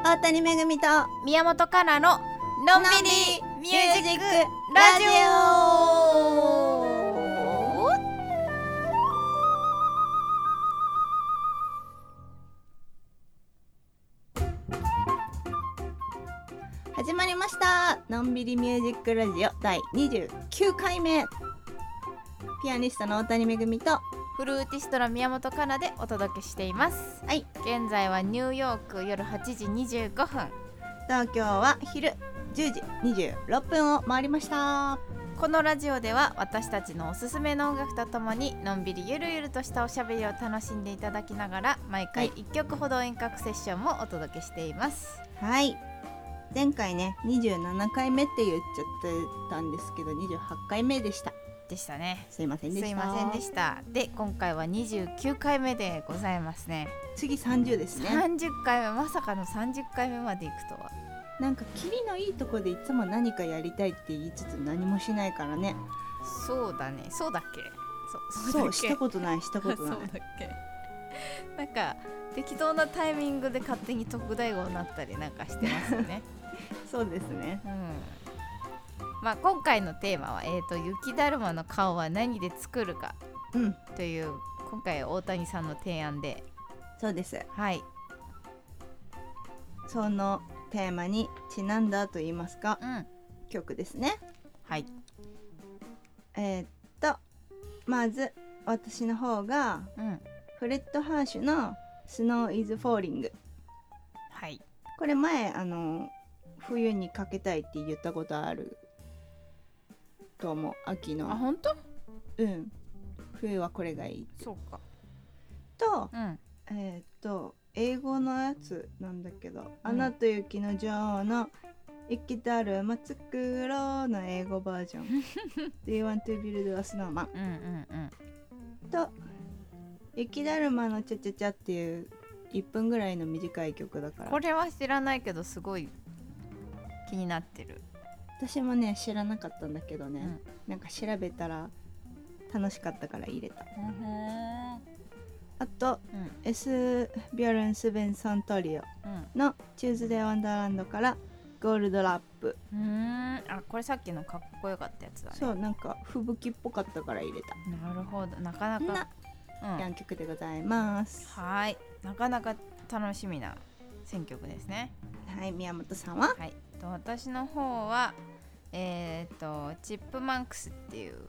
大谷めぐみと宮本かなののんびりミュージックラジオ。 始まりました。のんびりミュージックラジオ第29回目。ピアニストの大谷めぐみとフルーティストの宮本かなでお届けしています。 はい、 現在はニューヨーク夜8時25分、 東京は昼10時26分を回りました。 このラジオでは私たちのおすすめの音楽とともにのんびりゆるゆるとしたおしゃべりを楽しんでいただきながら毎回1曲ほど遠隔セッションもお届けしています。 はい、前回ね27回目って言っちゃってたんですけど28回目でしたね。 すいませんでした。 すいませんでした。で、今回は29回目でございますね。 次30ですね。 30回目、まさかの30回目までいくとは。 なんかキリのいいとこでいつも何かやりたいって言いつつ何もしないからね。 そうだね。そうだっけ。 そうしたことないしたことないそうだっけ。なんか適当なタイミングで勝手に特大号になったりなんかしてますよね。 そうですね。 まあ、今回のテーマは、雪だるまの顔は何で作るかという、今回大谷さんの提案で。 そうです。 はい。 そのテーマにちなんだと言いますか、曲ですね。 はい。 まず私の方が、フレッド・ハーシュの Snow is Falling。 はい。 これ前冬にかけたいって言ったことあると思う。秋の。 あ、本当？ 冬はこれがいい。 そうか。 と、英語のやつなんだけど、アナと雪の女王の雪だるま作ろうの英語バージョンDo you want to build a snowman？ と雪だるまのチャチャチャっていう1分ぐらいの短い曲だから。 これは知らないけどすごい気になってる。 私もね知らなかったんだけどね、なんか調べたら楽しかったから入れた。あと、S ビョルンスベンサントリオのチューズデーワンダーランドからゴールドラップ。 あ、これさっきのかっこよかったやつだね。 そう、なんか吹雪っぽかったから入れた。 なるほど、なかなか 4曲でございます。 はい、なかなか楽しみな選曲ですね。 はい、宮本さんは？ はい、私の方はチップマンクスっていう、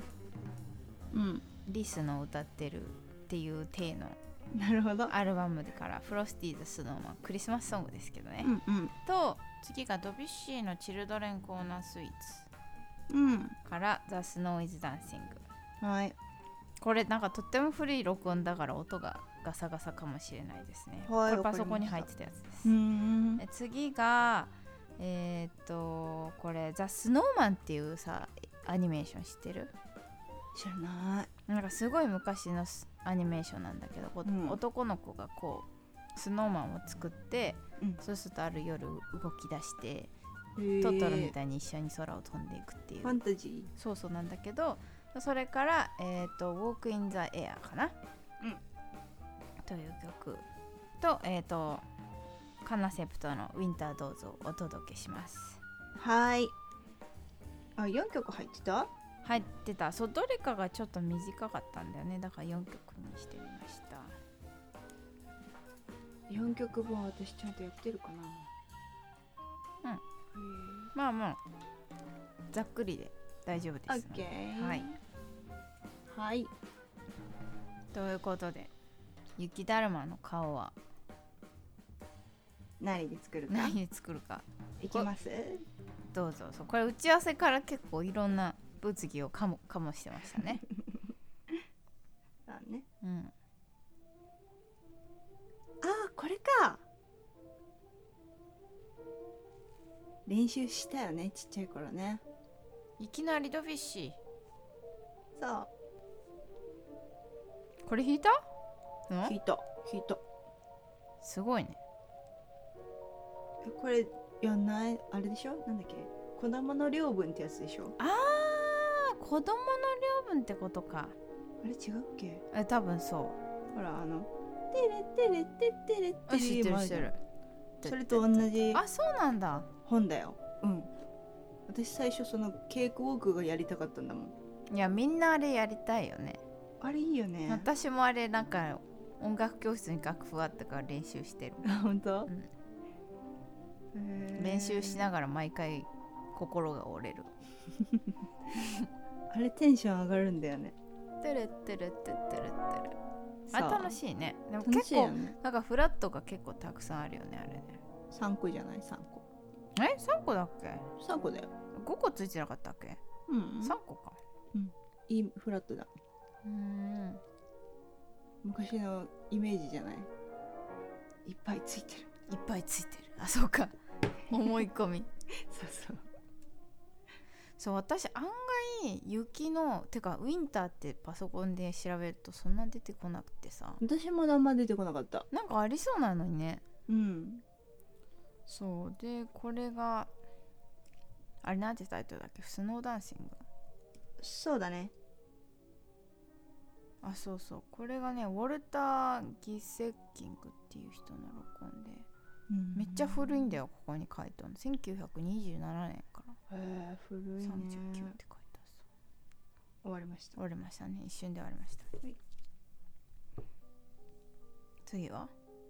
リスの歌ってるっていう体のなるほどアルバムからフロスティーズ・スノーマン、クリスマスソングですけどね、と次がドビュッシーのチルドレンコーナースイーツ、からザ・スノー・イズ・ダンシング。 はい、 これなんかとっても古い録音だから音がガサガサかもしれないですね。 はい、 これパソコンに入ってたやつです。次がこれザ・スノーマンっていうさアニメーション知ってる？ 知らない。 なんかすごい昔のアニメーションなんだけど、男の子がこうスノーマンを作って、そうするとある夜動き出してトトロみたいに一緒に空を飛んでいくっていうファンタジー。 そうなんだけど、それからWalk in the Air かな、という曲とカナセプトのウィンタードーズをお届けします。 はい。あ、4曲入ってた？ 入ってた。そう、どれかがちょっと短かったんだよね。だから4曲にしてみました。 4曲分私ちゃんとやってるかな？ まあまあざっくりで大丈夫です。 はい。 ということで、雪だるまの顔は何で作るかいきます？ どうぞ。そう、これ打ち合わせから結構いろんな物議をかもしてましたね。 だね。これか。練習したよね、ちっちゃい頃ね。 いきなりドフィッシー。そう。 これ弾いた？ 弾いた。 すごいね。 これやんない？あれでしょ？なんだっけ？子供の領分ってやつでしょ？ 子供の領分ってことか。 あれ違うっけ？ 多分そう。 ほらテレテレテテレテレ知ってる。 それと同じあ、そうなんだ。 本だよ。うん。私最初そのケークウォークがやりたかったんだもん。 いや、みんなあれやりたいよね。 あれいいよね。 私もあれなんか音楽教室に楽譜あったから練習してる。 あ、本当？ 練習しながら毎回心が折れる。 あれテンション上がるんだよね。 てるてるてるてるてる。あれ楽しいね。でも結構、ね、なんかフラットが結構たくさんあるよね、あれね。 3個じゃない？ 3 個。 3個だっけ？ 3 個だよ。 5個ついてなかったっけ？ うん、 3個か。 うん。いいフラットだ。昔のイメージじゃない？いっぱいついてる。 いっぱいついてる。あ、そうか。思い込み。 そうそう。 そう、私案外雪のてかウィンターってパソコンで調べるとそんな出てこなくてさ。 私もあんま出てこなかった。 なんかありそうなのにね。 うん。 そうで、これがあれなんてタイトルだっけ？スノーダンシング。そうだね。 あ、そうそう、これがねウォルター・ギセッキングっていう人の録音で、めっちゃ古いんだよ。ここに書いてあるの1927年から。 古いね。39って書いてある。 終わりました。 終わりましたね。一瞬で終わりました。はい、次は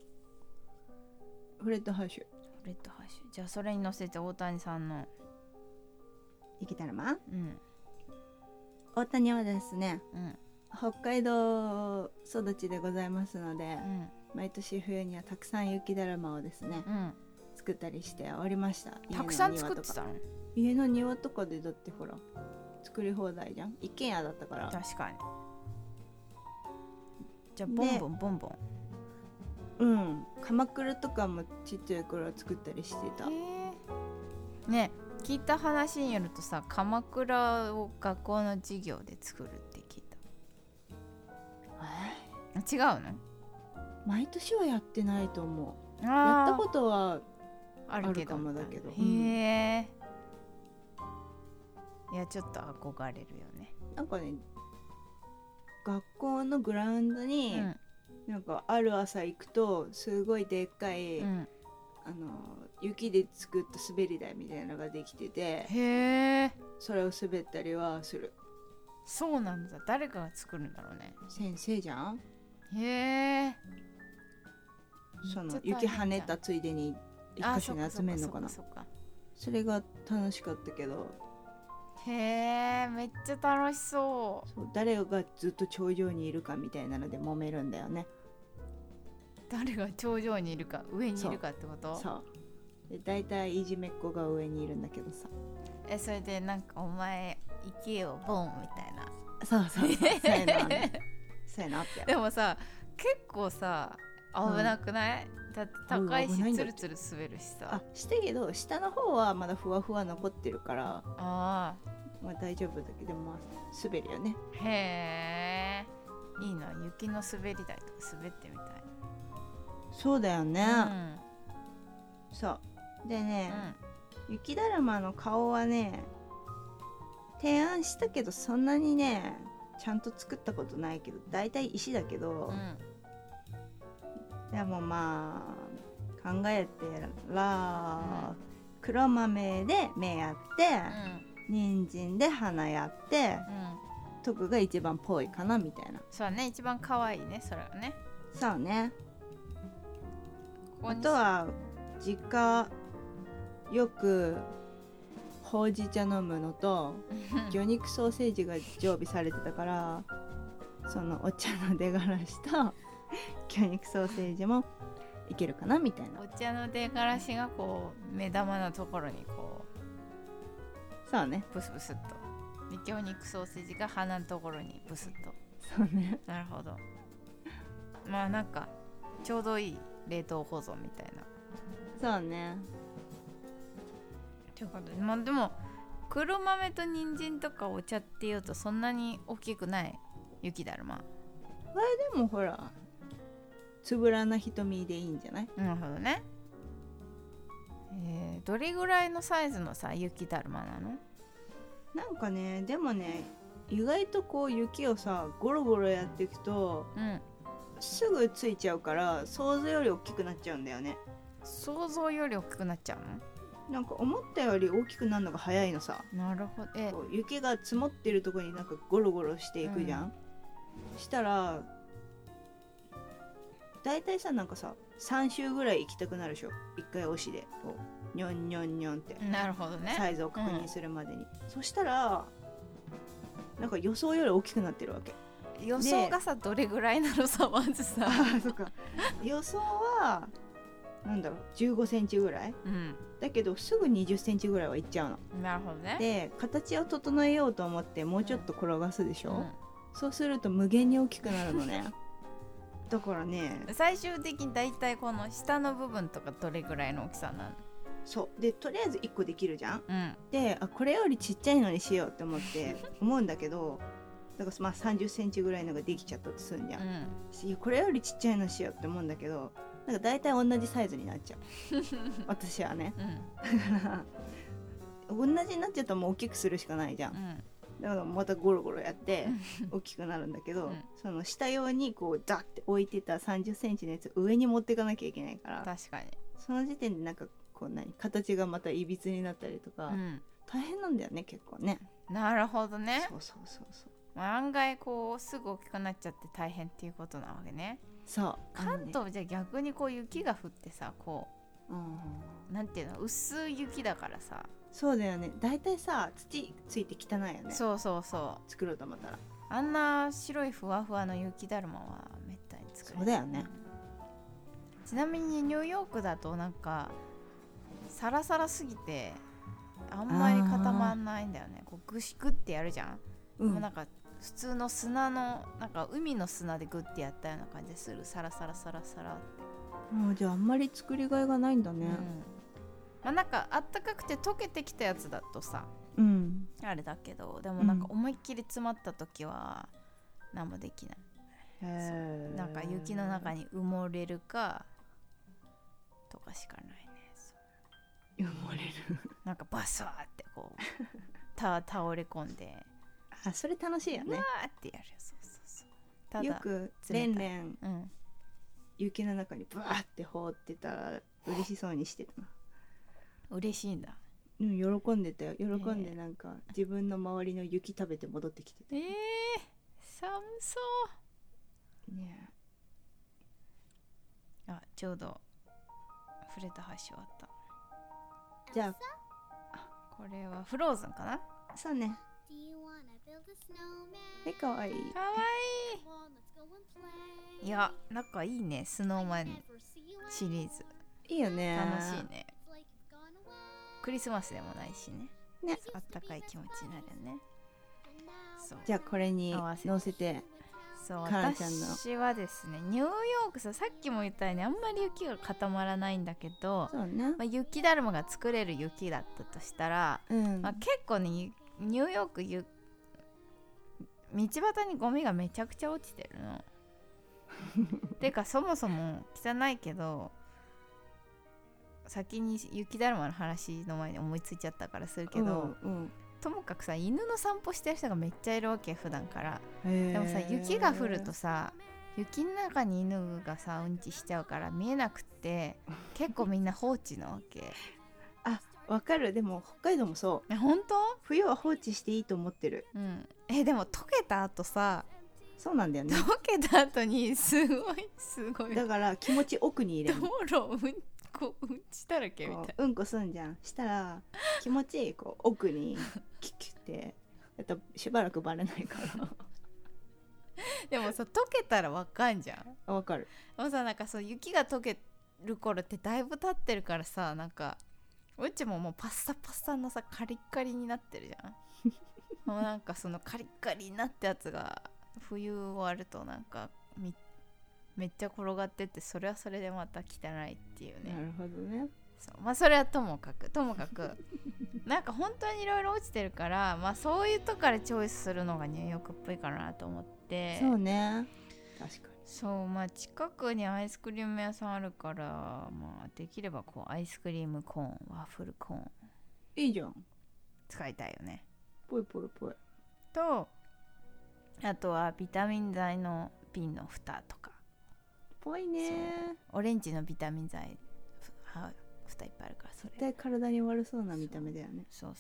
フレッド・ハッシュ。 フレッド・ハッシュ。じゃあそれに乗せて大谷さんの雪だるま。大谷はですね、北海道育ちでございますので、毎年冬にはたくさん雪だるまをですね、作ったりしておりました。 たくさん作ってたの？ 家の庭とかでだってほら作り放題じゃん。一軒家だったから。 確かに。じゃあボンボンボンボン。 鎌倉とかもちっちゃい頃作ったりしてた。 ね、聞いた話によるとさ、鎌倉を学校の授業で作るって聞いた。違うの？ 毎年はやってないと思う。やったことはあるかもだけど。 へえ。いや、ちょっと憧れるよね。 なんかね、学校のグラウンドに、なんかある朝行くとすごいでっかい、雪で作った滑り台みたいなのができてて、 へえ。 それを滑ったりはする。 そうなんだ。誰かが作るんだろうね。 先生じゃん。 へえ。 その雪跳ねたついでに一箇所に集めるのかな。それが楽しかったけど。 へえ、めっちゃ楽しそう。 そう、誰がずっと頂上にいるかみたいなので揉めるんだよね。 誰が頂上にいるか、上にいるかってこと？ そうで、だいたいいじめっ子が上にいるんだけどさ。 それでなんかお前行けよボンみたいな。 そうそうそう。そういうのあってでもさ、結構さ危なくない？だって高いしツルツル滑るしさ。 したけど下の方はまだふわふわ残ってるから、まあ大丈夫だけど、まあ滑るよね。 へえ、いいな。雪の滑り台とか滑ってみたい。 そうだよね。そうでね、雪だるまの顔はね提案したけど、そんなにねちゃんと作ったことないけど、だいたい石だけど、でもまあ考えてら、黒豆で目やって、人参で鼻やって、とかが一番ぽいかなみたいな。 そうね、一番可愛いね、それはね。 そうね。あとは実家よくほうじ茶飲むのと魚肉ソーセージが常備されてたから、そのお茶の出がらしと魚肉ソーセージもいけるかなみたいな。 お茶の出がらしがこう目玉のところにこう、そうね、 ブスブスっと。で魚肉ソーセージが鼻のところにブスッと。 そうね。 なるほど。まあなんかちょうどいい冷凍保存みたいな。 そうね。 ということで、まあでも黒豆と人参とかお茶っていうとそんなに大きくない雪だるま。 でもほらつぶらな瞳でいいんじゃない？ なるほどね。どれぐらいのサイズのさ雪だるまなの？ なんかね、でもね、意外とこう雪をさゴロゴロやっていくと、すぐついちゃうから想像より大きくなっちゃうんだよね。 想像より大きくなっちゃうの？ なんか思ったより大きくなるのが早いのさ。 なるほど。 雪が積もってるところになんかゴロゴロしていくじゃん、したらだいたいさ、なんかさ3周ぐらい行きたくなるでしょ、1回押しでこうニョンニョンニョンって。 なるほどね。 サイズを確認するまでに、そしたらなんか予想より大きくなってるわけ。 予想がさどれぐらいなのさ、まずさ。 そっか予想はなんだろう15センチぐらい、だけどすぐ20センチぐらいはいっちゃうの。 なるほどね。 で形を整えようと思ってもうちょっと転がすでしょ、そうすると無限に大きくなるのね。だからね、 最終的にだいたいこの下の部分とかどれぐらいの大きさなの？ そうでとりあえず1個できるじゃん、 うん、 でこれよりちっちゃいのにしようって思って思うんだけどだからまあ30センチぐらいのができちゃったとするんじゃん、いやこれよりちっちゃいのしようって思うんだけどなんか大体同じサイズになっちゃう私はね、だから同じになっちゃったらもう大きくするしかないじゃん、だからまたゴロゴロやって大きくなるんだけど、その下用にこうザッて置いてた30センチのやつ上に持っていかなきゃいけないから、 確かにその時点でなんかこう形がまたいびつになったりとか、大変なんだよね結構ね。 なるほどね。 そうそうそうそう、 案外こうすぐ大きくなっちゃって大変っていうことなわけね。 そう関東じゃ逆にこう雪が降ってさこう、なんていうの薄い雪だからさ。 そうだよね、だいたいさ土ついて汚いよね。 そうそうそう、 作ろうと思ったらあんな白いふわふわの雪だるまはめったに作れない。 そうだよね、 ちなみにニューヨークだとなんかサラサラすぎてあんまり固まんないんだよね。こうグシグってやるじゃん、もうなんか普通の砂のなんか海の砂でグッてやったような感じする。サラサラサラサラって。 もうじゃああんまり作りがいがないんだね、 まあ、なんかあったかくて溶けてきたやつだとさ、あれだけどでもなんか思いっきり詰まった時は何もできない、なんか雪の中に埋もれるかとかしかないね。 埋もれるなんかバスワーってこう倒れ込んでそれ楽しいよね。 わーってやる。そうそうそう。ただよくレンレン、雪の中にバーって放ってたら嬉しそうにしてたな。 嬉しいんだ。 喜んでたよ。喜んでなんか自分の周りの雪食べて戻ってきてた。 寒そうね。 あ、ちょうど触れた橋終わった。 じゃあこれはフローズンかな。 そうね。かわいい。 かわいい。いや、仲いいね。スノーマンシリーズいいよね。 楽しいね。クリスマスでもないしね。あったかい気持ちになるよね。 そう。じゃあこれに乗せて。 そう、私はですね、ニューヨークさっきも言ったようにあんまり雪が固まらないんだけど、 そうね、 まあ、雪だるまが作れる雪だったとしたら、まあ、結構ねニューヨーク道端にゴミがめちゃくちゃ落ちてるのてかそもそも汚いけど先に雪だるまの話の前に思いついちゃったからするけど、ともかくさ犬の散歩してる人がめっちゃいるわけ普段から。でもさ雪が降るとさ雪の中に犬がさうんちしちゃうから見えなくって結構みんな放置なわけあ、わかる。でも北海道もそう。 本当？ 冬は放置していいと思ってる。 でも溶けた後さ、 そうなんだよね。 溶けた後にすごいだから気持ち奥に入れる。 道路うんちだらけみたいな。 うんこすんじゃん。したら気持ちいいこう奥にキュッキュッてやったらしばらくバレないからでもさ溶けたらわかんじゃん。 わかる。 でもさなんかそう雪が溶ける頃ってだいぶ経ってるからさ、なんかうちももうパッサパサのさカリッカリになってるじゃんもうなんかそのカリッカリになったやつが冬終わるとなんかめっちゃ転がってって、それはそれでまた汚いっていうね。 なるほどね。 そう、まあそれはともかくなんか本当にいろいろ落ちてるから、まあそういうとこからチョイスするのがニューヨークっぽいかなと思って。 そうね、確かに。 そう、まあ近くにアイスクリーム屋さんあるから、まあできればこうアイスクリームコーン、ワッフルコーンいいじゃん。 使いたいよね。 ぽいぽいぽいと、あとはビタミン剤の瓶の蓋とかぽいね。 オレンジのビタミン剤歯蓋いっぱいあるから。それ絶対体に悪そうな見た目だよね。 そう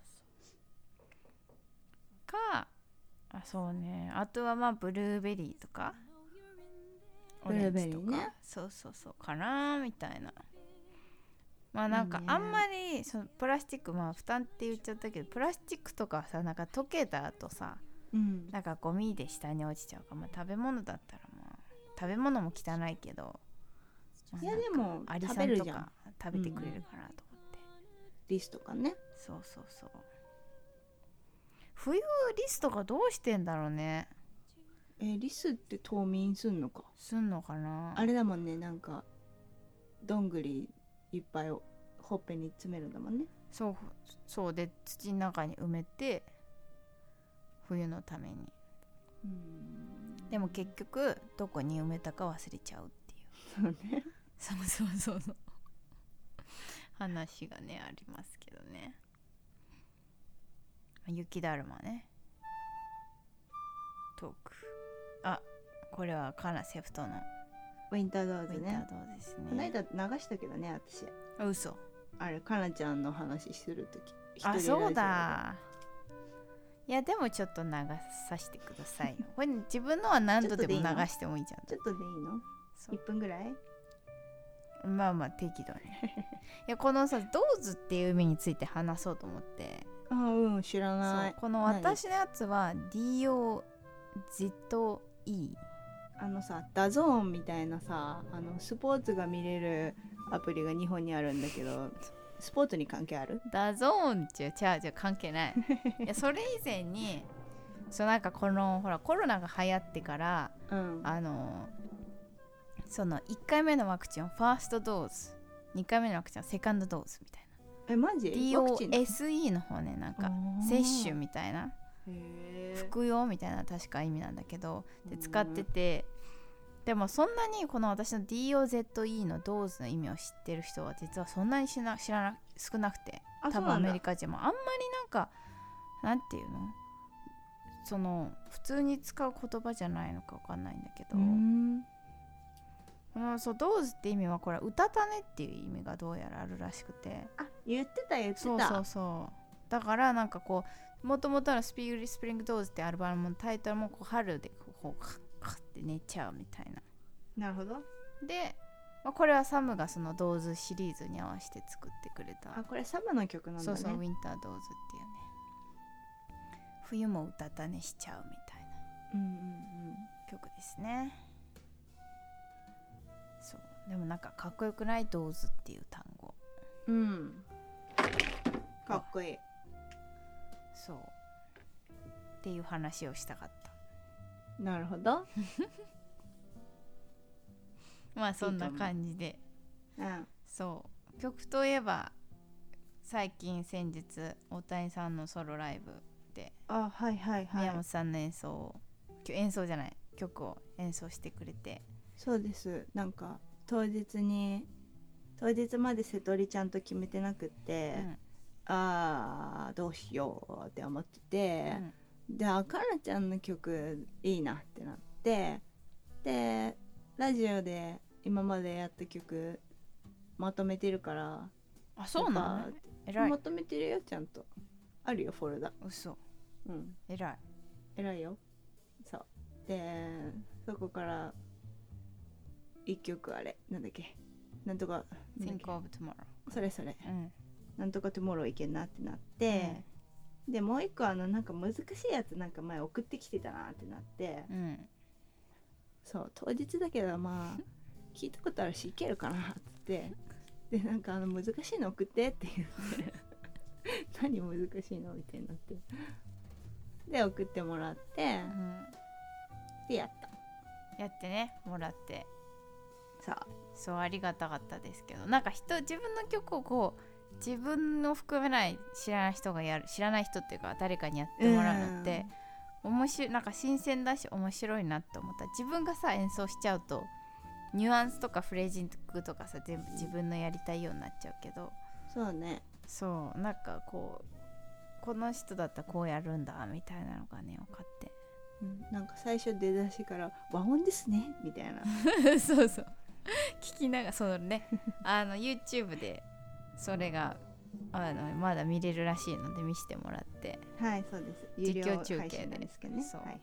か、そうね、あとはまあブルーベリーとかオレンジとか、ね、そうかなみたいな。まあなんかあんまりそのプラスチック、まあ負担って言っちゃったけど、プラスチックとかさ、なんか溶けた後さ、なんかゴミで下に落ちちゃうから、まあ、食べ物だったらまあ食べ物も汚いけど、 いやでもアリさんとか食べてくれるかなと思って、 リスとかね。 そう冬リスとかどうしてんだろうね。 リスって冬眠すんのかな。 あれだもんね、なんかどんぐりいっぱいをほっぺに詰めるんだもんね。 そうで土の中に埋めて冬のために。でも結局どこに埋めたか忘れちゃうっていう。そう話がねありますけどね。雪だるまね、トーク。これはカナセプトのウィンタードーズね。 ですね。 この間流したけどね、私。 嘘。 あれカナちゃんの話するとき。そうだ。いやでもちょっと流させてください。これ自分のは何度でも流してもいいじゃん。 ちょっとでいいの？1分ぐらい？ まあ適度に。いやこのさ、ドーズっていう意味について話そうと思って。 知らない。 この私のやつは DOZE。 さ、ダゾーンみたいなさ、スポーツが見れるアプリが日本にあるんだけど、スポーツに関係ある？ ダゾーンじゃ関係ない。いやそれ以前になんかこのほらコロナが流行ってから、その1回目のワクチンをファーストドーズ、2回目のワクチンはセカンドドーズみたいな。 マジ？ DOSE の方ね、なんか接種みたいな、服用みたいな確か意味なんだけど、で使ってて、でもそんなにこの私の DOZE のドーズの意味を知ってる人は実はそんなに少なくて、多分アメリカ人もあんまりなんかなんていうの、その普通に使う言葉じゃないのか分かんないんだけど、ドーズって意味はこれうたた寝っていう意味がどうやらあるらしくて。 言ってた。 そうだからなんかこうもともとのスプリングドーズってアルバムのタイトルもこう春でこうカッって寝ちゃうみたいな。 なるほど。 で、これはサムがそのドーズシリーズに合わせて作ってくれた。 これサムの曲なんだね。 そうウィンタードーズっていうね、冬もうたた寝しちゃうみたいな曲ですね。でもなんかかっこよくない？ドーズっていう単語。かっこいい。そうっていう話をしたかった。 なるほど。 まあそんな感じで、そう曲といえば先日大谷さんのソロライブで宮本さんの演奏じゃない曲を演奏してくれて。 そうです。なんか当日まで瀬戸りちゃんと決めてなくって、どうしようって思ってて、でかなちゃんの曲いいなってなって、でラジオで今までやった曲まとめてるから。 そうなの？偉い。 まとめてるよ、ちゃんとあるよフォルダ。 嘘。偉いよ。そうでそこから一曲なんだっけ、なんとか Think of Tomorrow。 それ、なんとか Tomorrow いけんなってなって、でもう一個なんか難しいやつなんか前送ってきてたなってなって、そう当日だけどまあ聞いたことあるしいけるかなっつって、でなんか難しいの送ってって言って何難しいのみたいになって、で送ってもらって、でやってねもらって、そうありがたかったですけど、なんか自分の曲をこう自分を含めない知らない人っていうか誰かにやってもらうのって面白い、なんか新鮮だし面白いなって思った。自分がさ演奏しちゃうとニュアンスとかフレージングとかさ全部自分のやりたいようになっちゃうけど、 そうね、 そうなんかこの人だったらこうやるんだみたいなのがね分かって、 なんか最初出だしから和音ですねみたいなそう聞きながらそのねYouTube でそれがまだ見れるらしいので見せてもらって、 はい、そうです。 実況中継ですけどね。 そう、 はいはい、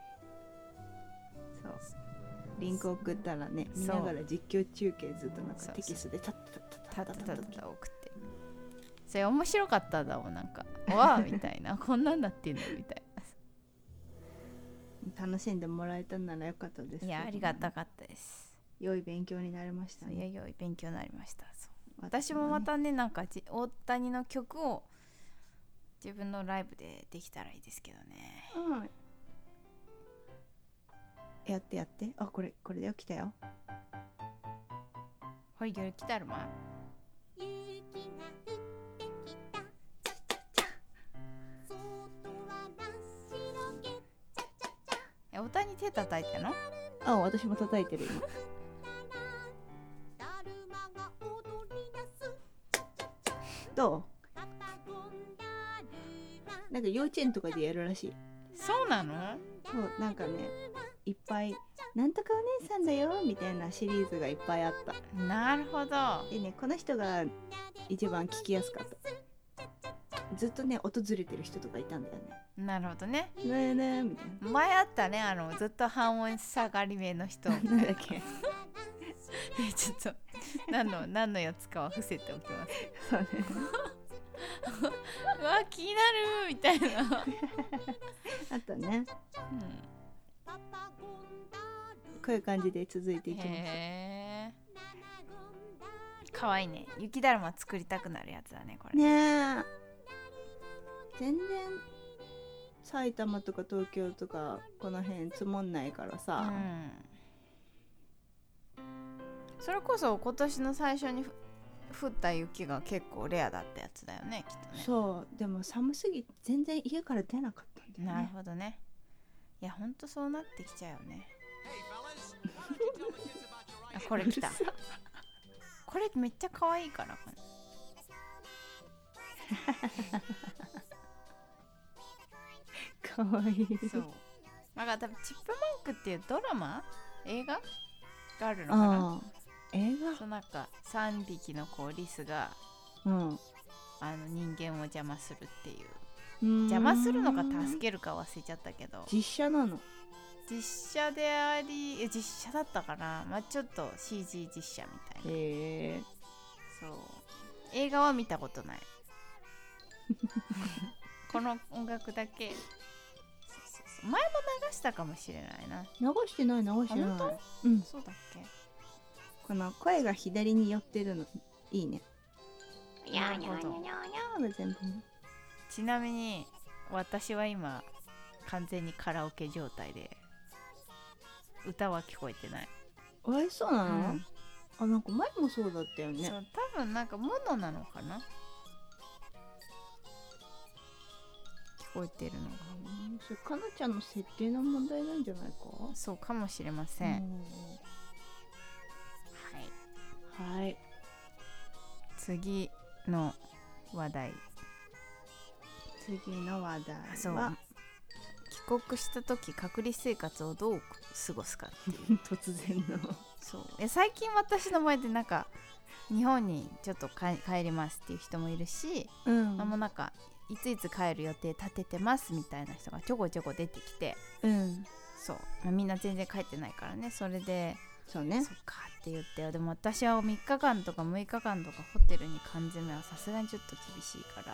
そうリンク送ったらね、見ながら実況中継ずっとなんかテキストでタッタッタッタッタッタッタ送って、それ面白かったんだもん、なんかわーみたいなこんなんなってんのみたいな。楽しんでもらえたならよかったです。 いや、ありがたかったです。 良い勉強になりましたね。 いや、良い勉強になりました。そう、私もまたね、なんか大谷の曲を自分のライブでできたらいいですけどね。 うん、やってやって。あ、これで起きたよ。 はい、来たるま。大谷手叩いてんの？ あ、私も叩いてる今。どう？なんか幼稚園とかでやるらしい。 そうなの？ そう、なんかね、いっぱいなんとかお姉さんだよみたいなシリーズがいっぱいあった。 なるほど。 でね、この人が一番聞きやすかった。ずっとね、訪れてる人とかいたんだよね。 なるほどね。 ねえねえみたいな。 前あったね、ずっと半音下がり目の人。 なんだっけちょっと何のやつかは伏せておきます。 そうね。 うわ、気になるみたいな。 あったね。こういう感じで続いていきます。 へー、かわいいね。雪だるま作りたくなるやつだね、これ。 ねえ。全然埼玉とか東京とかこの辺積もんないからさ、 それこそ今年の最初に降った雪が結構レアだったやつだよね、きっとね。 そう、でも寒すぎて全然家から出なかったんだよね。 なるほどね。いや、ほんとそうなってきちゃうよね。あ、これ来た。これめっちゃ可愛いから。 かわいい。 そう。なんか多分チップマンクっていうドラマ、映画があるのかな。 映画？ そう、なんか3匹のリスが、人間を邪魔するっていう。邪魔するのか助けるか忘れちゃったけど。 実写なの？ 実写であり、実写だったかな。まあちょっと CG 実写みたいな。そう。映画は見たことない。この音楽だけ。前も流したかもしれないな。 流してない。 本当？うん。そうだっけ？ この声が左に寄ってるのいいね。 なるほど。 全部ね。 ちなみに私は今完全にカラオケ状態で歌は聞こえてない。 そうなの？あ、なんか前もそうだったよね。 そう、多分なんかモノなのかな。聞こえてるのが。 それかなちゃんの設定の問題なんじゃないか？ そうかもしれません。 はい。 次の話題。 そう。 帰国した時隔離生活をどう過ごすかっていう突然の。 そう。最近私の前でなんか日本にちょっと帰りますっていう人もいるし、もうなんかいついつ帰る予定立ててますみたいな人がちょこちょこ出てきて、そう、みんな全然帰ってないからね。それでそうね、 そっかって言って、でも私は3日間とか6日間とかホテルに缶詰はさすがにちょっと厳しいから、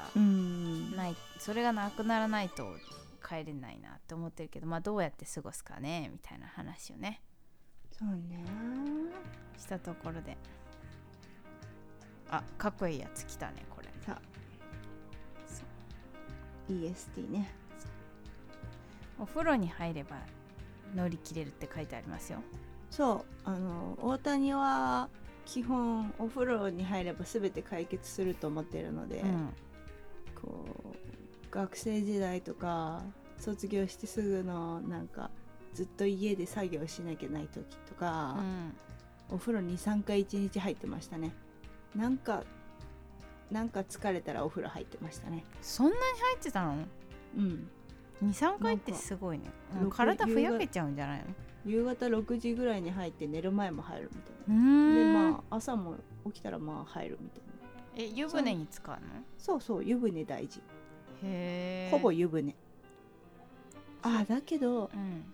それがなくならないと帰れないなって思ってるけど、まあどうやって過ごすかねみたいな話をね、 そうね、 したところで、あ、かっこいいやつ来たねこれ。 さあ、EST ね。 お風呂に入れば乗り切れるって書いてありますよ。 そう、大谷は基本お風呂に入れば全て解決すると思ってるので、こう学生時代とか卒業してすぐのなんかずっと家で作業しなきゃない時とか、お風呂に3回1日入ってましたね。なんか疲れたらお風呂入ってましたね。 そんなに入ってたの？ 2,3 回ってすごいね。体ふやけちゃうんじゃないの？ 夕方6時ぐらいに入って寝る前も入るみたいな。でまあ朝も起きたらまあ入るみたいな。 湯船に使うの？ そうそう、湯船大事。 へー。 ほぼ湯船。だけど、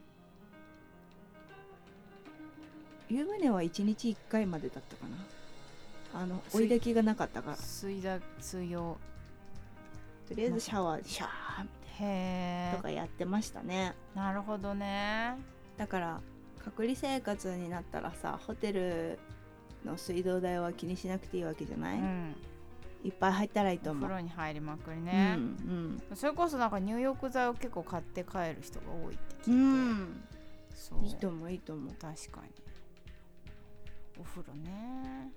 湯船は1日1回までだったかな。追い焚きがなかったから。 水用。 とりあえずシャワーみたいなとかやってましたね。 なるほどね。 だから隔離生活になったらさ、ホテルの水道代は気にしなくていいわけじゃない？いっぱい入ったらいいと思う。 お風呂に入りまくりね。それこそなんか入浴剤を結構買って帰る人が多いって聞いて。そう。 いいと思う、いいと思う。 確かに。お風呂ね。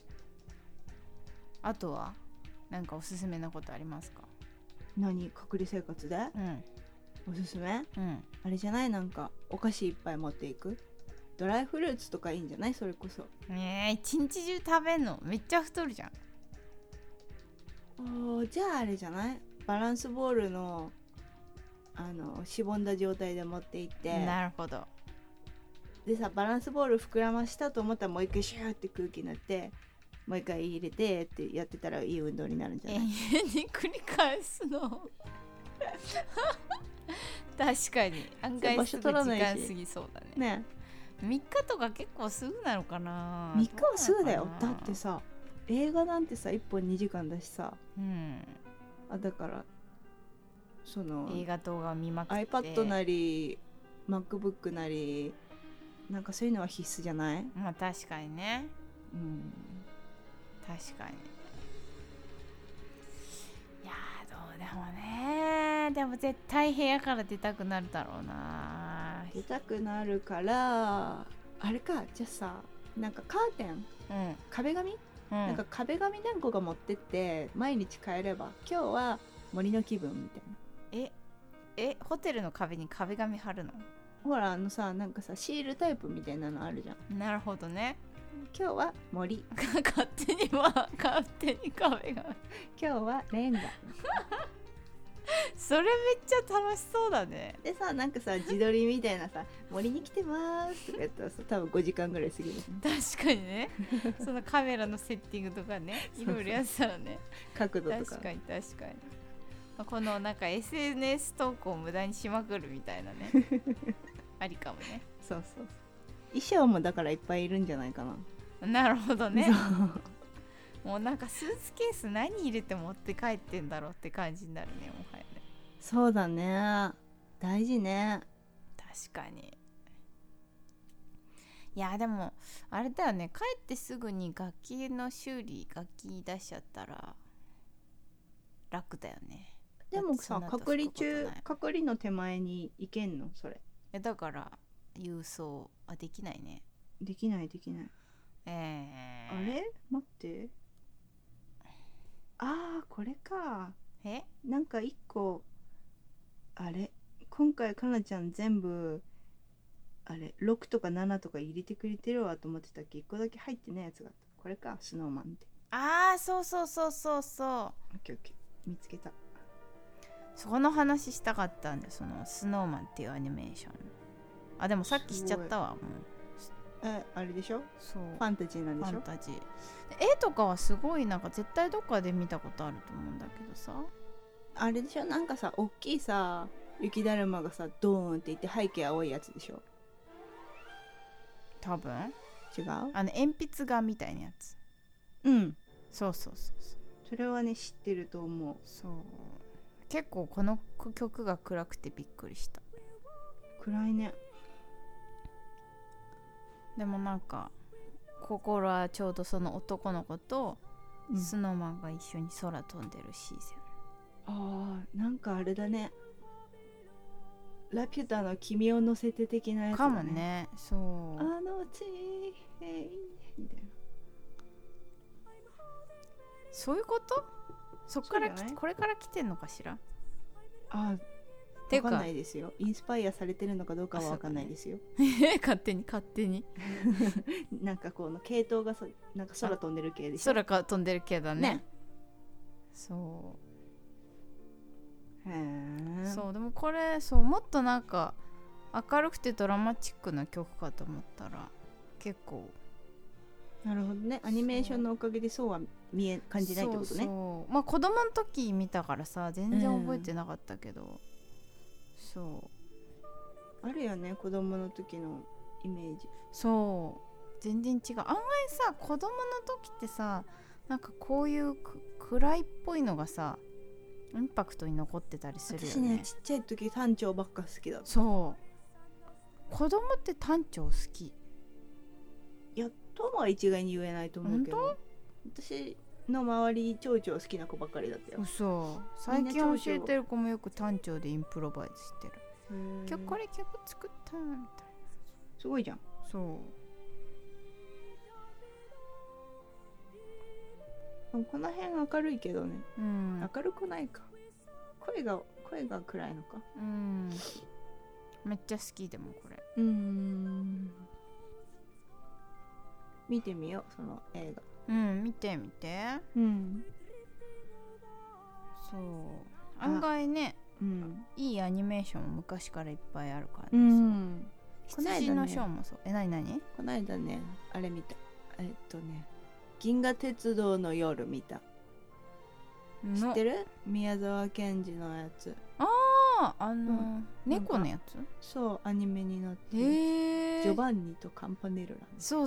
あとはなんかおすすめなことありますか？ 何？隔離生活で？おすすめ？あれじゃない？なんかお菓子いっぱい持っていく？ドライフルーツとかいいんじゃない？それこそ。 一日中食べんのめっちゃ太るじゃん。 じゃああれじゃない？バランスボールのしぼんだ状態で持っていって。 なるほど。 でさ、バランスボール膨らましたと思ったらもう一回シューって空気になってもう一回入れてってやってたらいい運動になるんじゃない？ 永遠に繰り返すの確かに案外すぐ時間過ぎそうだね。3日とか結構すぐなのかな。 3日はすぐだよ。だってさ、映画なんてさ1本2時間だしさ、だからその映画動画を見まくって iPad なり MacBook なりなんかそういうのは必須じゃない？ まあ確かにね。確かに。いやどうでもね。でも絶対部屋から出たくなるだろうな。 出たくなるからあれか。じゃあさ、なんかカーテン、壁紙、なんか壁紙何個か持ってって毎日変えれば、今日は森の気分みたいな。ホテルの壁に壁紙貼るの？ ほらさ、なんかさシールタイプみたいなのあるじゃん。 なるほどね。 今日は森勝手に壁が今日はレンガそれめっちゃ楽しそうだね。 でさ、なんかさ自撮りみたいなさ森に来てますとかやったらさ多分5時間ぐらい過ぎる。 確かにねそのカメラのセッティングとかねいろいろやってたらね角度とか確かにこのなんか SNS 投稿を無駄にしまくるみたいなねありかもね。 そう衣装もだからいっぱいいるんじゃないかな。 なるほどねもうなんかスーツケース何入れて持って帰ってんだろうって感じになるね、もはやね。 そうだね、大事ね。 確かに。いやでもあれだよね、帰ってすぐに楽器の修理楽器出しちゃったら楽だよね。 でもさ、隔離中隔離の手前に行けんのそれ？ だから郵送できないね。 できない。あれ待って、これか。なんか一個あれ今回かなちゃん全部あれ6とか7とか入れてくれてるわと思ってたっけ。1個だけ入ってないやつがあった。これか、スノーマンって。 そうオッケー見つけた。 そこの話したかったんで、そのスノーマンっていうアニメーション。でもさっきしちゃったわ。もうあれでしょ。 そう、 ファンタジーなんでしょ。 ファンタジー。絵とかはすごいなんか絶対どっかで見たことあると思うんだけどさ。 あれでしょ、なんかさ大きいさ雪だるまがさドーンっていって背景青いやつでしょ。 多分違う？ 鉛筆画みたいなやつ。そうそれはね知ってると思う。 そう、結構この曲が暗くてびっくりした。 暗いね。 でもなんか心はちょうどその男の子とスノーマンが一緒に空飛んでるシーン。なんかあれだね、ラピュタの君を乗せて的なやつだね。 かもね。そう、 ちみたいな。 そういうこと？そっからこれから来てんのかしら。 分かんないですよ。インスパイアされてるのかどうかは分かんないですよ。 勝手になんかこの系統がなんか空飛んでる系でしょ。 空飛んでる系だね。そう。 へえ。 そうでもこれそうもっとなんか明るくてドラマチックな曲かと思ったら結構なるほどね。アニメーションのおかげでそうは感じないってことね。 そうまあ子供の時見たからさ全然覚えてなかったけど、そうあるよね子供の時のイメージ。 そう全然違う。案外さ子供の時ってさなんかこういう暗いっぽいのがさインパクトに残ってたりするよね。 私ねちっちゃい時短調ばっか好きだった。 そう子供って短調好き。 いやとは一概に言えないと思うけど、私の周り長調好きな子ばっかりだったよ。 嘘。最近教えてる子もよく短調でインプロバイズしてる。今日これ曲作ったみたいな。 すごいじゃん。 そうこの辺明るいけどね、 うん、 明るくないか。声が暗いのか。 うんめっちゃ好き。でもこれ見てみようその映う画。 ん見てみて。 うんそう案外ね、いいアニメーションも昔からいっぱいあるからね。羊のショーもそう。何こないだねあれ見た。銀河鉄道の夜見た。知ってる？宮沢賢治のやつ。 猫のやつ。 そうアニメになってる。ジョバンニとカンパネルラ。 そう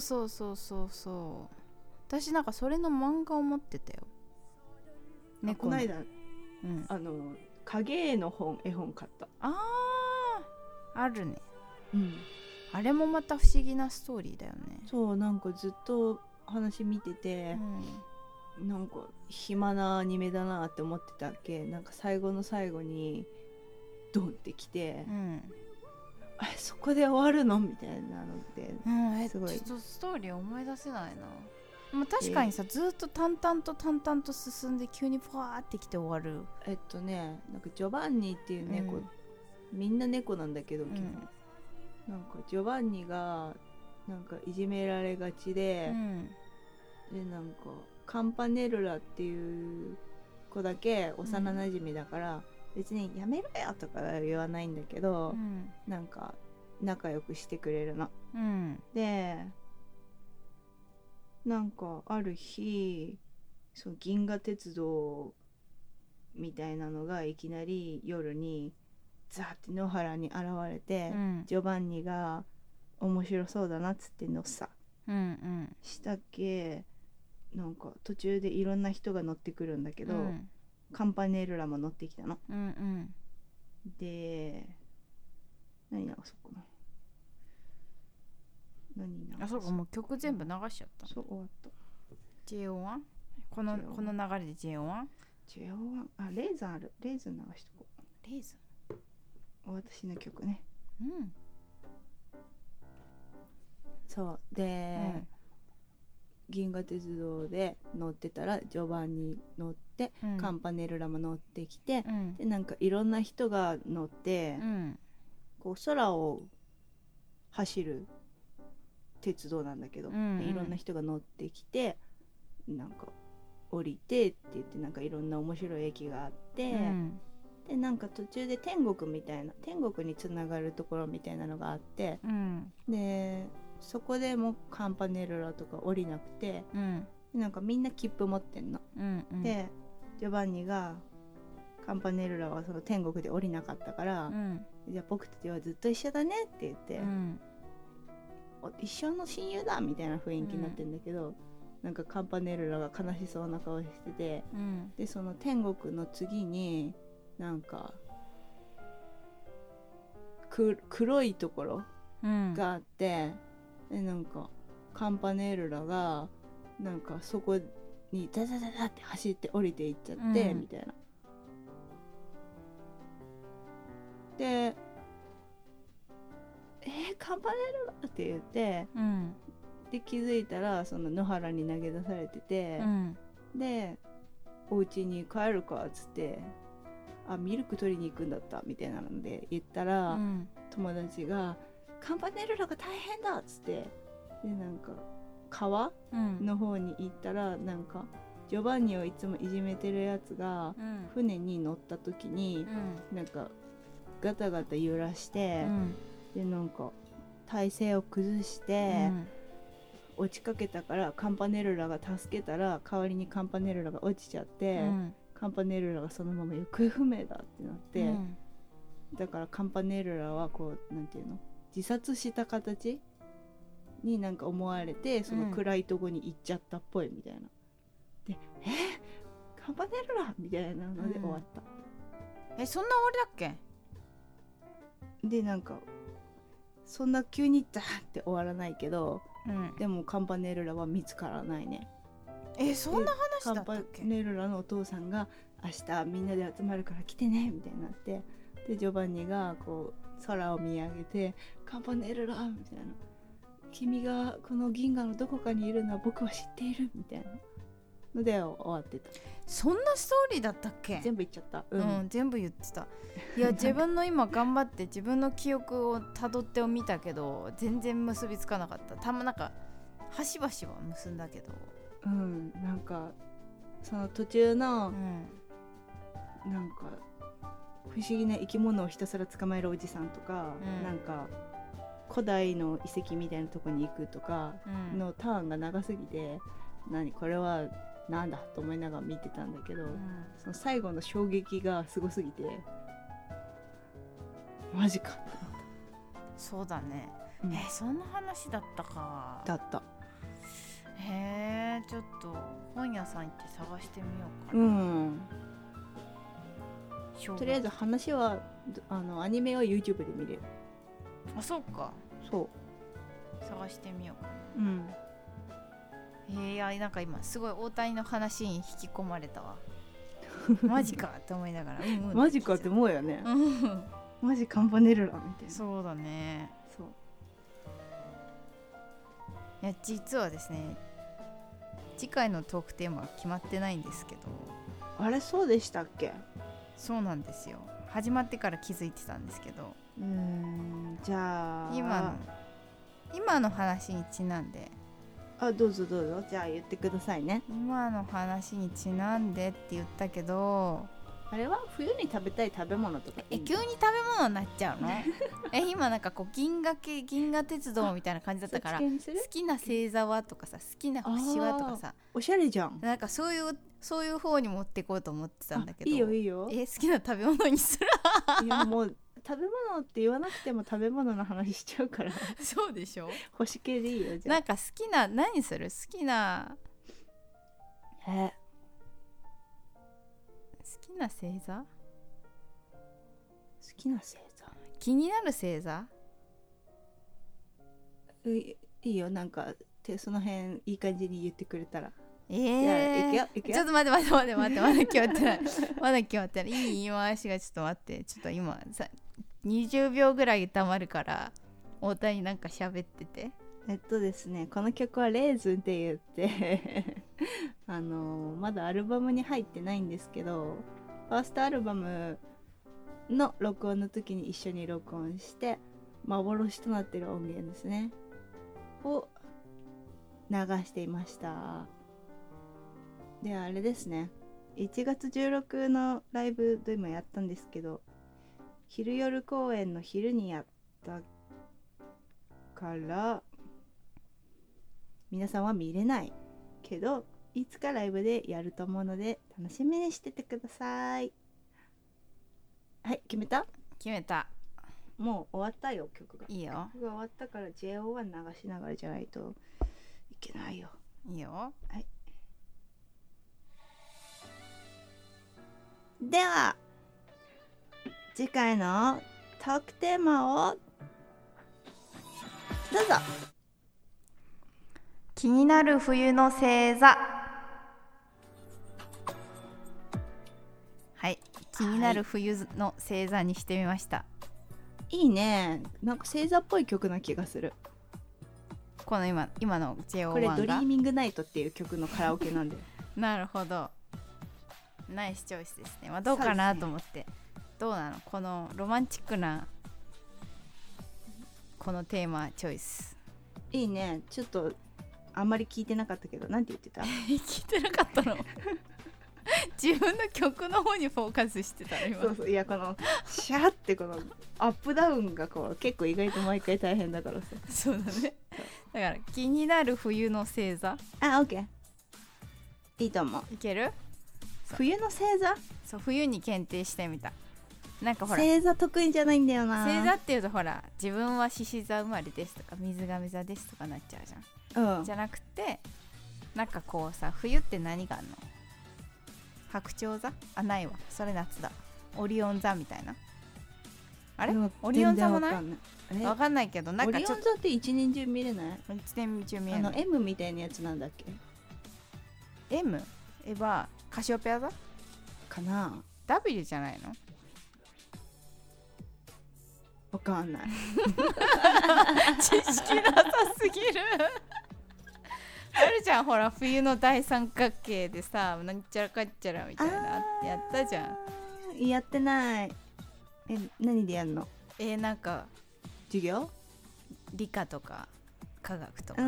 私なんかそれの漫画を持ってたよ。 こないだ影絵の絵本買った。 あるね。あれもまた不思議なストーリーだよね。 そうなんかずっと話見てて、なんか暇なアニメだなって思ってたっけ。なんか最後の最後にドンってきて、そこで終わるのみたいなので、すごいちょっとストーリー思い出せないな。まあ、確かにさずっと淡々と進んで急にフワーってきて終わる。 なんかジョバンニっていう猫、みんな猫なんだけど、なんかジョバンニがなんかいじめられがちで、でなんかカンパネルラっていう子だけ幼なじみだから、別にやめろよとかは言わないんだけど、なんか仲良くしてくれるの。でなんかある日そう銀河鉄道みたいなのがいきなり夜にザーって野原に現れて、ジョバンニが面白そうだなっつってのさ、したっけ。なんか途中でいろんな人が乗ってくるんだけど、カンパネルラも乗ってきたの。で何あそこそうかもう曲全部流しちゃった。 そう終わった。 JO1 この流れで JO1 レーズンある。レーズン流しとこう。 レーズン私の曲ね。そうで、銀河鉄道で乗ってたらジョバンニ乗って、カンパネルラも乗ってきて、でなんかいろんな人が乗って、こう空を走る鉄道なんだけど、いろんな人が乗ってきてなんか降りてって言って、なんかいろんな面白い駅があって、でなんか途中で天国につながるところみたいなのがあって、でそこでもカンパネルラとか降りなくて、なんかみんな切符持ってんの。でジョバンニがカンパネルラはその天国で降りなかったから、じゃあ僕たちはずっと一緒だねって言って、一緒の親友だみたいな雰囲気になってんだけど、なんかカンパネルラが悲しそうな顔してて、でその天国の次になんか黒いところがあって、でなんかカンパネルラがなんかそこにダダダダって走って降りていっちゃって、みたいな。でカンパネルラって言って、で気づいたらその野原に投げ出されてて、でお家に帰るかっつって、ミルク取りに行くんだったみたいなので言ったら、友達がカンパネルラが大変だっつって、でなんか川の方に行ったら、なんかジョバンニをいつもいじめてるやつが、船に乗った時に、なんかガタガタ揺らして、でなんか体勢を崩して、落ちかけたからカンパネルラが助けたら代わりにカンパネルラが落ちちゃって、カンパネルラがそのまま行方不明だってなって、だからカンパネルラはこうなんていうの、自殺した形になんか思われて、その暗いとこに行っちゃったっぽいみたいな、でカンパネルラみたいなので終わった、 そんな終わりだっけ。 でなんかそんな急にダーって終わらないけど、でもカンパネルラは見つからないね。 そんな話だったっけ。 カンパネルラのお父さんが明日みんなで集まるから来てねみたいになって、でジョバンニがこう空を見上げてカンパネルラみたいな、君がこの銀河のどこかにいるのは僕は知っているみたいなので終わってた。 そんなストーリーだったっけ。 全部言っちゃった。 全部言ってた。いや自分の今頑張って自分の記憶をたどってみたけど全然結びつかなかった。たまなんか端々は結んだけど、 なんかその途中の、なんか不思議な生き物をひたすら捕まえるおじさんとか、なんか古代の遺跡みたいなとこに行くとかのターンが長すぎて、何これはなんだと思いながら見てたんだけど、その最後の衝撃がすごすぎてマジかってなった。 そうだね、そんな話だったか。 だった。 ちょっと本屋さん行って探してみようかな。 とりあえず話はアニメは YouTube で見れる。 そうか。 そう探してみようかな。いやなんか今すごい大谷の話に引き込まれたわ。マジかって思いながらマジかって思うよね。マジカンパネルラみたいな。 そうだね。 そう。 いや実はですね、次回のトークテーマは決まってないんですけど。 あれそうでしたっけ。 そうなんですよ。始まってから気づいてたんですけど、 じゃあ今の話にちなんで。 どうぞどうぞ。じゃあ言ってくださいね。 今の話にちなんでって言ったけど、 あれは冬に食べたい食べ物とか急に食べ物になっちゃうの。今なんかこう銀河鉄道みたいな感じだったから好きな星座はとかさ、好きな星はとかさ、 おしゃれじゃん。 なんかそういう方に持っていこうと思ってたんだけど。いいよいいよ。 好きな食べ物にする。 いやもう食べ物って言わなくても食べ物の話しちゃうから。 そうでしょ。 星系でいいよ。じゃあなんか好きな何する。好きな星座。好きな星座。気になる星座。 いいよ。なんかその辺いい感じに言ってくれたら。 じゃあ行くよ。ちょっと待ってまだ決まってない。まだ決まってない。いい言い回しがちょっと待って。ちょっと今さ20秒ぐらい溜まるから大谷なんか喋ってて。 ですね、この曲はレーズンって言ってまだアルバムに入ってないんですけど、ファーストアルバムの録音の時に一緒に録音して幻となっている音源ですねを流していました。であれですね、1月16のライブでもやったんですけど、昼夜公演の昼にやったから皆さんは見れないけど、いつかライブでやると思うので楽しみにしててください。はい、決めた。もう終わったよ。曲がいいよ。 曲が終わったから JO1 流しながらじゃないといけないよ。 いいよ。 はい。では次回のトークテーマをどうぞ。 気になる冬の星座。はい、気になる冬の星座にしてみました。 いいね。なんか星座っぽい曲な気がする。 この今の JO1 がこれドリーミングナイトっていう曲のカラオケなんでなるほど、ナイスチョイスですね。どうかなと思って、どうなのこのロマンチックなこのテーマチョイス。 いいね。ちょっとあんまり聞いてなかったけど、なんて言ってた？ 聞いてなかったの？自分の曲の方にフォーカスしてたの今。 そうそう、いやこのシャーってこのアップダウンがこう結構意外と毎回大変だからさ。 そうだね。だから気になる冬の星座。 あ、オッケー。いいと思う。 いける？ 冬の星座？ そう、冬に検定してみた。なんかほら星座得意じゃないんだよな。 星座っていうとほら自分は獅子座生まれですとか水亀座ですとかなっちゃうじゃん、じゃなくてなんかこうさ、冬って何があんの？白鳥座？あ、ないわ、それ夏だ。オリオン座みたいな。あれオリオン座もない？わかんないけど、なんかちょっとオリオン座って一年中見れない？ 一年中見えない。 M みたいなやつなんだっけ？ M？ はカシオペア座かな。 W じゃないの？ わかんない。 知識なさすぎる。あるじゃん、ほら冬の大三角形でさ、なんちゃらかっちゃらみたいなってやったじゃん。 やってない。何でやんの？ なんか授業？ 理科とか科学とか。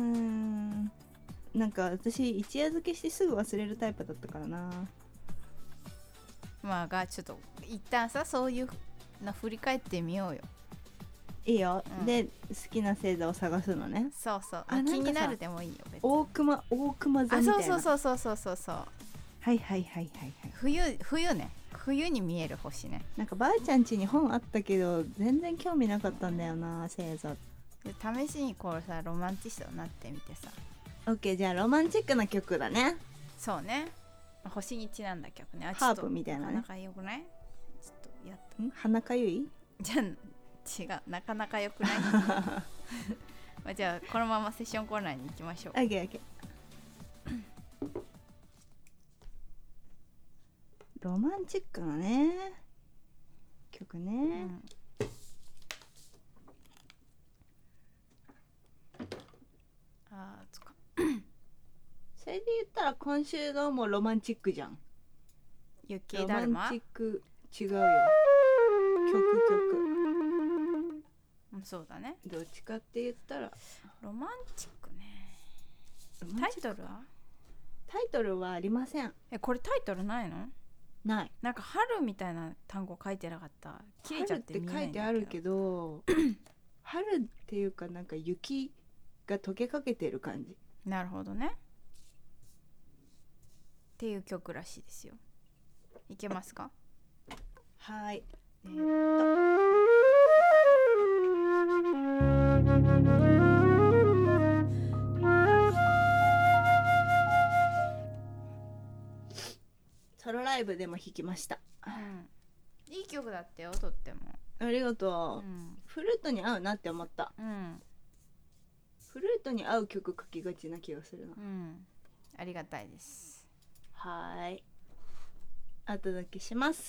なんか私一夜漬けしてすぐ忘れるタイプだったからな。 まあがちょっと一旦さ、そういうの振り返ってみようよ。 いいよ、で好きな星座を探すのね。 そうそう、気になるでもいいよ別に。 大熊座みたいな。 そうはいはいはいはいはい。 冬ね、冬に見える星ね。 なんかばあちゃん家に本あったけど全然興味なかったんだよな、星座。 試しにこうさ、ロマンチストになってみてさ。 オッケー、じゃあロマンチックな曲だね。 そうね、星にちなんだ曲ね。 ハープみたいなね。 なかなかよくない？ちょっとやった。 鼻かゆい？ じゃあ違う、なかなかよくない？まあじゃあこのままセッションコーナーに行きましょう。 オッケーオッケー。ロマンチックなね曲ね、 そっか。 それで言ったら今週のもロマンチックじゃん。 雪だるま？ ロマンチック違うよ。曲。 そうだね。 どっちかって言ったらロマンチックね。タイトルは？ タイトルはありません。 これタイトルないの？ ない。 なんか春みたいな単語書いてなかった？切れちゃって見えないんだけど。 春って書いてあるけど春っていうかなんか雪が溶けかけてる感じ。 なるほどね。っていう曲らしいですよ。いけますか？ はい。ソロライブでも弾きました、 いい曲だったよ、とっても。 ありがとう、フルートに合うなって思った、フルートに合う曲書きがちな気がするな。 ありがたいです。 はい、お届けします。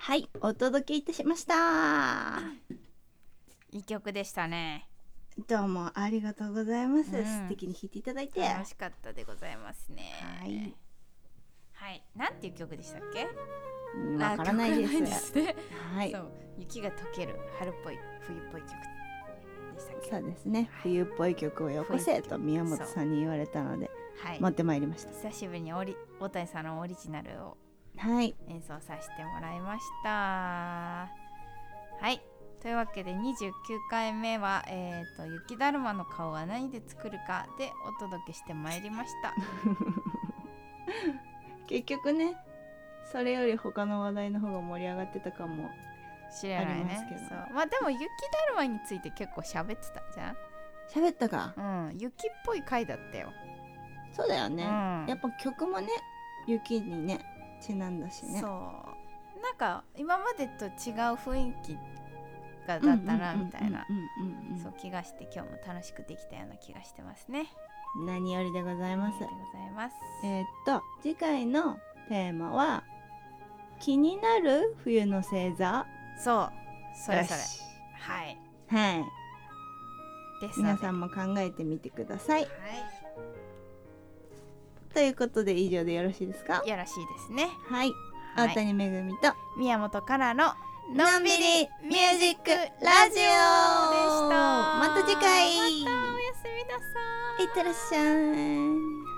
はい、お届けいたしました。 いい曲でしたね。 どうもありがとうございます、素敵に弾いていただいて楽しかったでございますね。 はいはい、なんていう曲でしたっけ？ わからないですね。 はい、 そう、雪が溶ける春っぽい冬っぽい曲でしたっけ？ そうですね、冬っぽい曲をよこせと宮本さんに言われたので、はい、持ってまいりました。 久しぶりに大谷さんのオリジナルを演奏させてもらいました。はい、というわけで29回目は、雪だるまの顔は何で作るかでお届けしてまいりました結局ね、それより他の話題の方が盛り上がってたかもしれないね。そう、まあでも雪だるまについて結構喋ってたじゃん。 喋ったか。 うん、雪っぽい回だったよ。 そうだよね、やっぱ曲もね雪にねちなんだしね。 そう、なんか今までと違う雰囲気だったなみたいなそう気がして、今日も楽しくできたような気がしてますね。 何よりでございます。次回のテーマは気になる冬の星座。 そう、それそれ。はいはいです。皆さんも考えてみてください。はい、ということで以上でよろしいですか？ よろしいですね。 はい、大谷めぐみと宮本からののんびりミュージックラジオでした。また次回。 またおやすみなさい。 いってらっしゃい。